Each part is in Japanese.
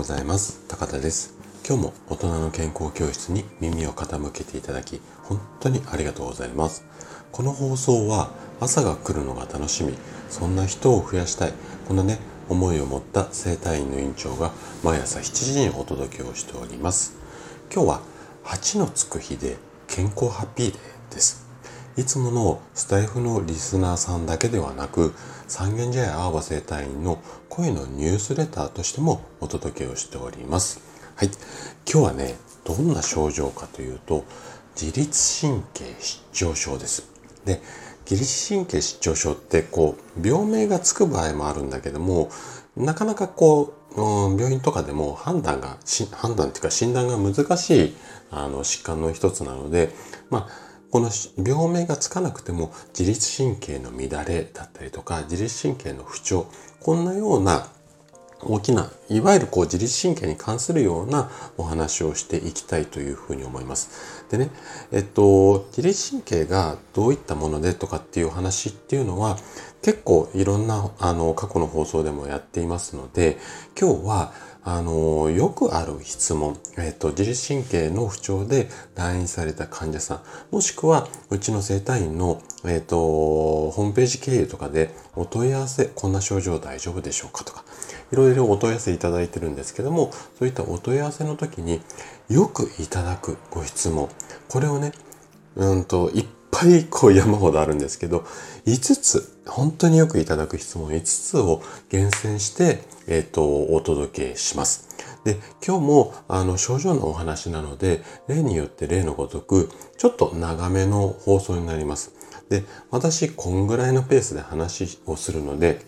ざいます。高田です。今日も大人の健康教室に耳を傾けていただき、本当にありがとうございます。この放送は朝が来るのが楽しみ、そんな人を増やしたい、この思いを持った整体院の院長が毎朝7時にお届けをしております。今日は8のつく日で健康ハッピーデーです。いつものスタイフのリスナーさんだけではなく、三軒茶屋青葉整体院の声のニュースレターとしてもお届けをしております。はい。今日はどんな症状かというと、自律神経失調症です。で、自律神経失調症って病名がつく場合もあるんだけども、なかなか病院とかでも判断っていうか診断が難しい疾患の一つなので、この病名がつかなくても自律神経の乱れだったりとか自律神経の不調、こんなような大きな、いわゆる自律神経に関するようなお話をしていきたいというふうに思います。で自律神経がどういったものでとかっていう話っていうのは結構いろんな過去の放送でもやっていますので、今日はよくある質問、自律神経の不調で来院された患者さん、もしくはうちの整体院のホームページ経由とかでお問い合わせ、こんな症状大丈夫でしょうかとか、いろいろお問い合わせいただいてるんですけども、そういったお問い合わせの時によくいただくご質問、これをいっぱい山ほどあるんですけど、5つ、本当によくいただく質問5つを厳選して、お届けします。で、今日も症状のお話なので、例によって例のごとく、ちょっと長めの放送になります。で、私、こんぐらいのペースで話をするので、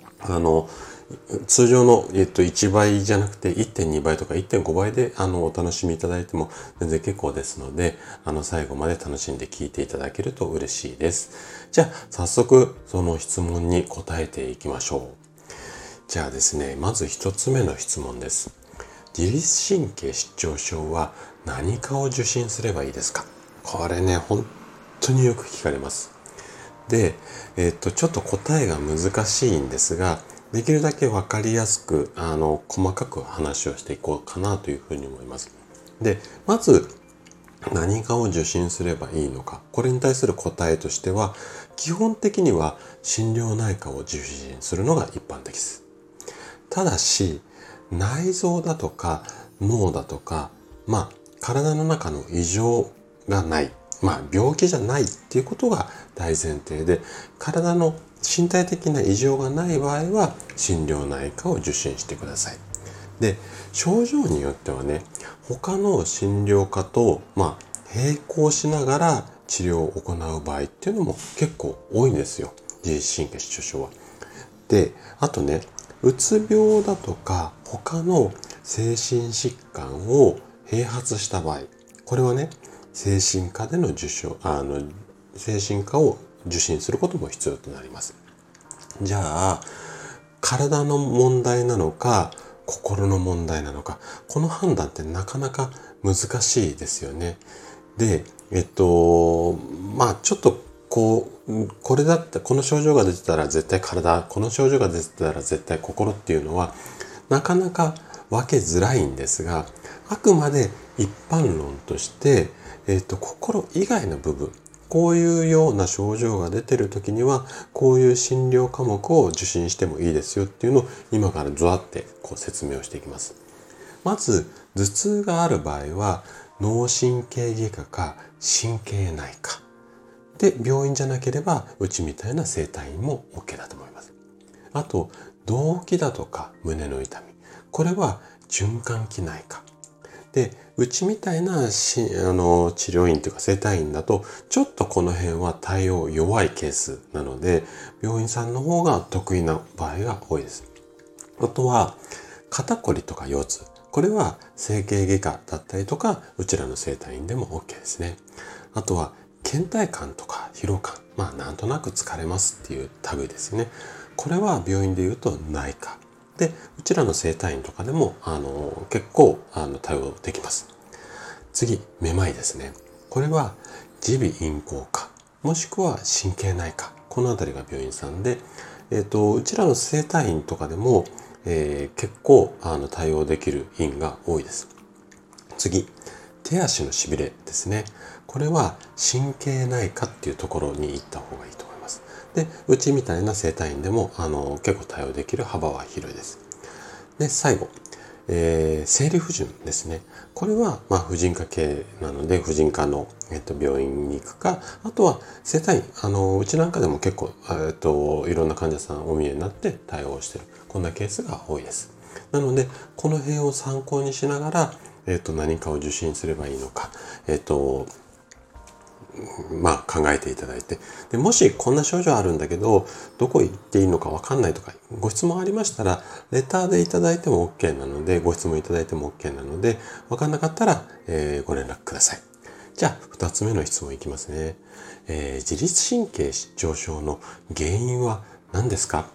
通常の、1倍じゃなくて 1.2 倍とか 1.5 倍でお楽しみいただいても全然結構ですので、最後まで楽しんで聞いていただけると嬉しいです。じゃあ早速その質問に答えていきましょう。じゃあですね、まず一つ目の質問です。自律神経失調症は何科を受診すればいいですか？これ本当によく聞かれます。で、ちょっと答えが難しいんですが、できるだけわかりやすく、細かく話をしていこうかなというふうに思います。で、まず、何かを受診すればいいのか。これに対する答えとしては、基本的には心療内科を受診するのが一般的です。ただし、内臓だとか脳だとか、体の中の異常がない。病気じゃないっていうことが大前提で、体の身体的な異常がない場合は心療内科を受診してください。で、症状によっては他の診療科と並行しながら治療を行う場合っていうのも結構多いんですよ。自律神経失調症は。で、あとうつ病だとか他の精神疾患を併発した場合、これは精神科での精神科を受診することも必要となります。じゃあ、体の問題なのか、心の問題なのか、この判断ってなかなか難しいですよね。で、ちょっとこの症状が出てたら絶対体、この症状が出てたら絶対心っていうのは、なかなか分けづらいんですが、あくまで一般論として、心以外の部分、こういうような症状が出てる時には、こういう診療科目を受診してもいいですよっていうのを今からズワって説明をしていきます。まず、頭痛がある場合は、脳神経外科か神経内科。で、病院じゃなければ、うちみたいな整体院も OK だと思います。あと、動悸だとか胸の痛み。これは循環器内科。で、うちみたいな治療院というか整体院だと、ちょっとこの辺は対応弱いケースなので、病院さんの方が得意な場合が多いです。あとは、肩こりとか腰痛。これは整形外科だったりとか、うちらの整体院でも OK ですね。あとは、倦怠感とか疲労感。なんとなく疲れますっていう類ですね。これは病院で言うと内科。で、うちらの整体院とかでも、結構、対応できます。次、めまいですね。これは、耳鼻咽喉科、もしくは神経内科。このあたりが病院さんで、うちらの整体院とかでも、 結構対応できる因が多いです。次、手足のしびれですね。これは神経内科っていうところに行った方がいいと思います。で、うちみたいな整体院でも結構対応できる幅は広いです。で、最後、生理不順ですね。これは、婦人科系なので、婦人科の、病院に行くか、あとは整体院、うちなんかでも結構、いろんな患者さんお見えになって対応している。こんなケースが多いです。なので、この辺を参考にしながら、何かを受診すればいいのか、考えていただいて、でもしこんな症状あるんだけどどこ行っていいのかわかんないとかご質問ありましたらレターでいただいても OK なので、ご質問いただいても OK なので、わかんなかったら、ご連絡ください。じゃあ2つ目の質問いきますね。自律神経失調症の原因は何ですか？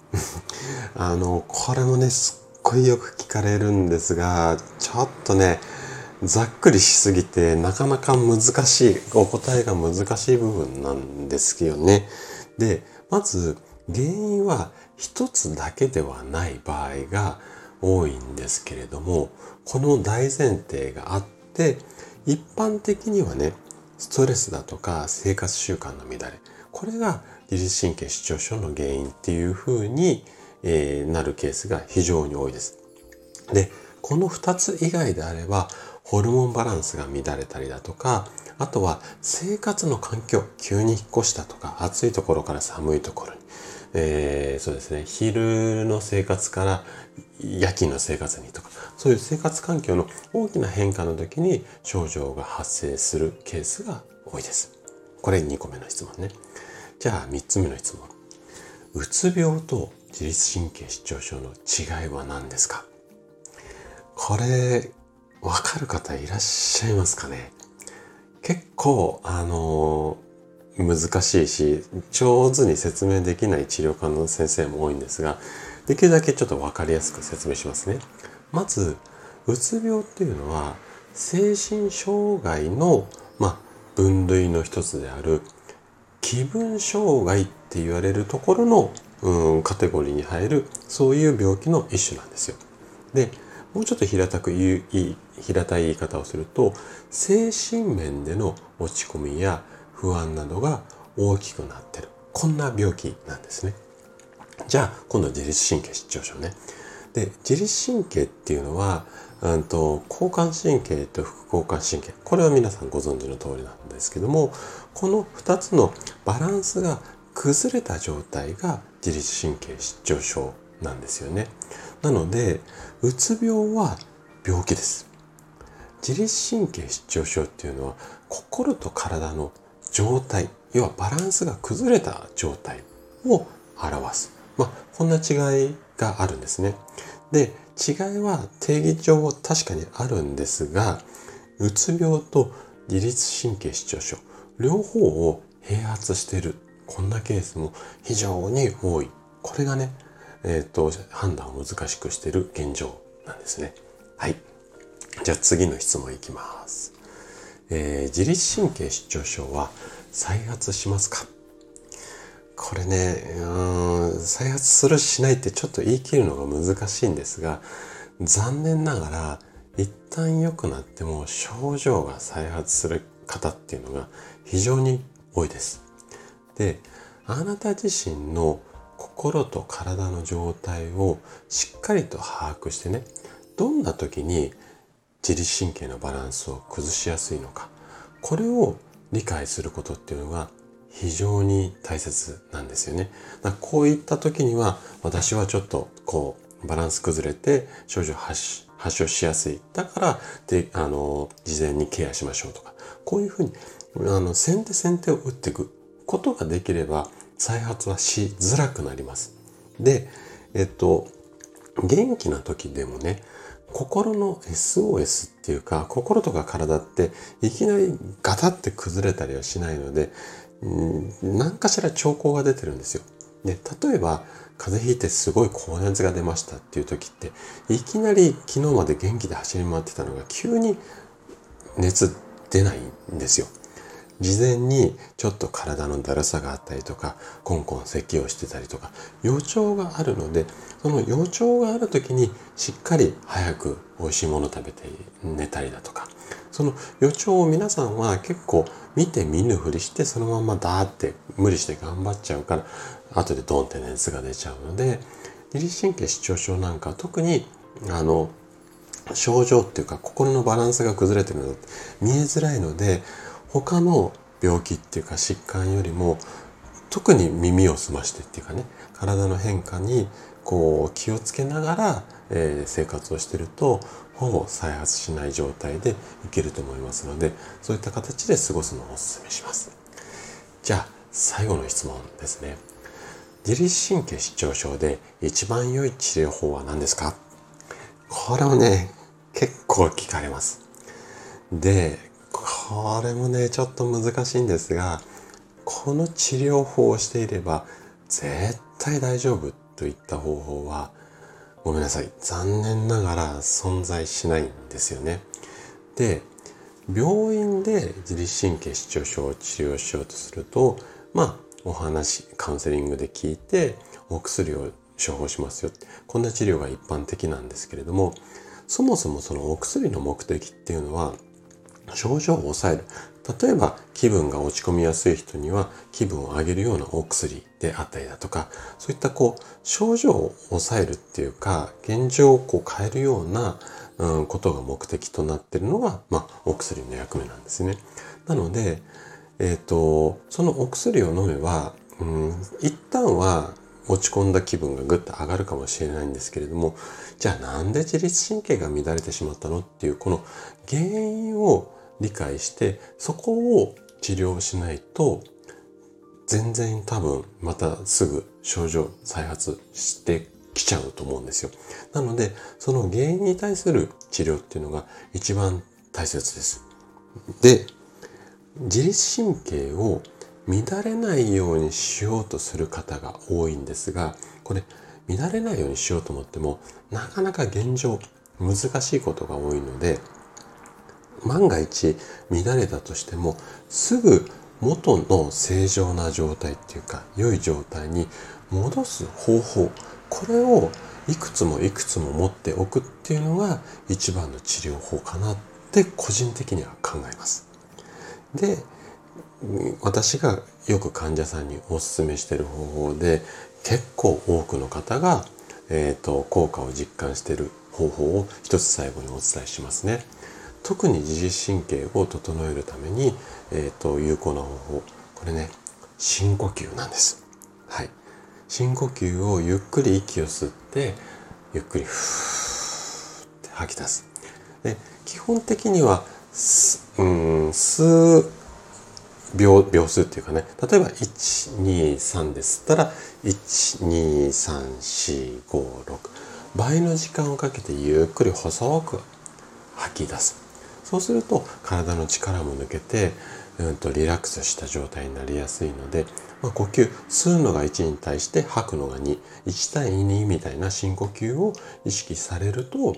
これもねすっごいよく聞かれるんですが、ちょっとねざっくりしすぎてなかなか難しい、お答えが難しい部分なんですよね。で、まず原因は一つだけではない場合が多いんですけれども、この大前提があって、一般的にはね、ストレスだとか生活習慣の乱れ、これが自律神経失調症の原因っていう風になるケースが非常に多いです。で、この2つ以外であれば、ホルモンバランスが乱れたりだとか、あとは生活の環境、急に引っ越したとか、暑いところから寒いところに、そうですね、昼の生活から夜勤の生活にとか、そういう生活環境の大きな変化の時に症状が発生するケースが多いです。これ2個目の質問ね。じゃあ3つ目の質問。うつ病と自律神経失調症の違いは何ですか？これ、わかる方いらっしゃいますかね？結構、難しいし、上手に説明できない治療科の先生も多いんですが、できるだけちょっとわかりやすく説明しますね。まず、うつ病っていうのは、精神障害の、分類の一つである、気分障害って言われるところの、カテゴリーに入る、そういう病気の一種なんですよ。で、もうちょっと平たい言い方をすると、精神面での落ち込みや不安などが大きくなっている。こんな病気なんですね。じゃあ、今度は自律神経失調症ね。で、自律神経っていうのは、交感神経と副交感神経。これは皆さんご存知の通りなんですけども、この2つのバランスが崩れた状態が自律神経失調症なんですよね。なので、うつ病は病気です。自律神経失調症っていうのは心と体の状態、要はバランスが崩れた状態を表す。こんな違いがあるんですね。で、違いは定義上確かにあるんですが、うつ病と自律神経失調症、両方を併発している。こんなケースも非常に多い。これがね、判断を難しくしている現状なんですね。はい。じゃあ次の質問いきます。自律神経失調症は再発しますか？これね、再発するしないってちょっと言い切るのが難しいんですが、残念ながら一旦良くなっても症状が再発する方っていうのが非常に多いです。で、あなた自身の心と体の状態をしっかりと把握してね、どんな時に自律神経のバランスを崩しやすいのか、これを理解することっていうのが非常に大切なんですよね。だからこういった時には私はちょっとバランス崩れて症状発症しやすい。だからで事前にケアしましょうとか、こういうふうに先手を打っていくことができれば再発はしづらくなります。で、元気な時でもね、心の SOS っていうか、心とか体っていきなりガタって崩れたりはしないので、何かしら兆候が出てるんですよ。で、例えば風邪ひいてすごい高熱が出ましたっていう時って、いきなり昨日まで元気で走り回ってたのが急に熱出ないんですよ。 事前にちょっと体のだるさがあったりとか、コンコン咳をしてたりとか、予兆があるので、その予兆がある時にしっかり早く美味しいもの食べて寝たりだとか、その予兆を皆さんは結構見て見ぬふりしてそのままダーって無理して頑張っちゃうから、後でドンって熱が出ちゃうので、自律神経失調症なんか特に症状っていうか心のバランスが崩れてるのって見えづらいので、他の病気っていうか疾患よりも特に耳を澄ましてっていうかね、体の変化にこう気をつけながら、生活をしているとほぼ再発しない状態でいけると思いますので、そういった形で過ごすのをお勧めします。じゃあ最後の質問ですね。自律神経失調症で一番良い治療法は何ですか？これもね、結構聞かれます。で、これもね、ちょっと難しいんですが、この治療法をしていれば絶対大丈夫といった方法は、ごめんなさい、残念ながら存在しないんですよね。で、病院で自律神経失調症を治療しようとすると、お話、カウンセリングで聞いて、お薬を処方しますよ。こんな治療が一般的なんですけれども、そもそもそのお薬の目的っていうのは、症状を抑える。例えば気分が落ち込みやすい人には気分を上げるようなお薬であったりだとか、そういった症状を抑えるっていうか、現状を変えるような、ことが目的となっているのが、お薬の役目なんですね。なので、そのお薬を飲めば、一旦は落ち込んだ気分がぐっと上がるかもしれないんですけれども、じゃあなんで自律神経が乱れてしまったのっていうこの原因を理解して、そこを治療しないと全然多分またすぐ症状再発してきちゃうと思うんですよ。なのでその原因に対する治療っていうのが一番大切です。で、自律神経を乱れないようにしようとする方が多いんですが、これ乱れないようにしようと思ってもなかなか現状難しいことが多いので、万が一乱れたとしてもすぐ元の正常な状態っていうか良い状態に戻す方法、これをいくつもいくつも持っておくっていうのが一番の治療法かなって個人的には考えます。で、私がよく患者さんにお勧めしている方法で、結構多くの方が、効果を実感している方法を一つ最後にお伝えしますね。特に自律神経を整えるために、有効な方法、これね、深呼吸なんです。はい。深呼吸をゆっくり息を吸って、ゆっくりふーって吐き出す。で、基本的には吸う秒数っていうかね、例えば1、2、3で吸ったら1、2、3、4、5、6倍の時間をかけてゆっくり細く吐き出す。そうすると体の力も抜けて、リラックスした状態になりやすいので、呼吸、吸うのが1に対して吐くのが2、1対2みたいな深呼吸を意識されると、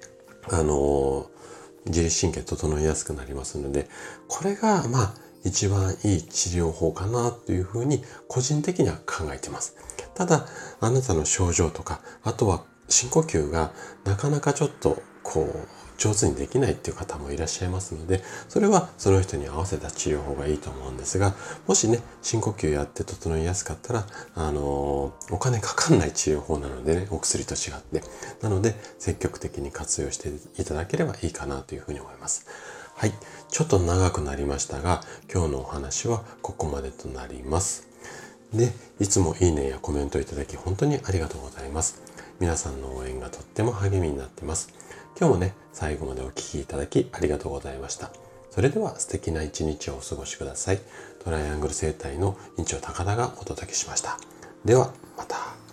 自律神経整いやすくなりますので、これが一番いい治療法かなというふうに個人的には考えています。ただ、あなたの症状とか、あとは深呼吸がなかなかちょっと上手にできないっていう方もいらっしゃいますので、それはその人に合わせた治療法がいいと思うんですが、もしね、深呼吸やって整いやすかったら、お金かかんない治療法なのでね、お薬と違って。なので、積極的に活用していただければいいかなというふうに思います。はい。ちょっと長くなりましたが、今日のお話はここまでとなります。で、いつもいいねやコメントいただき本当にありがとうございます。皆さんの応援がとっても励みになっています。今日もね、最後までお聞きいただきありがとうございました。それでは素敵な一日をお過ごしください。トライアングル生態の院長高田がお届けしました。では、また。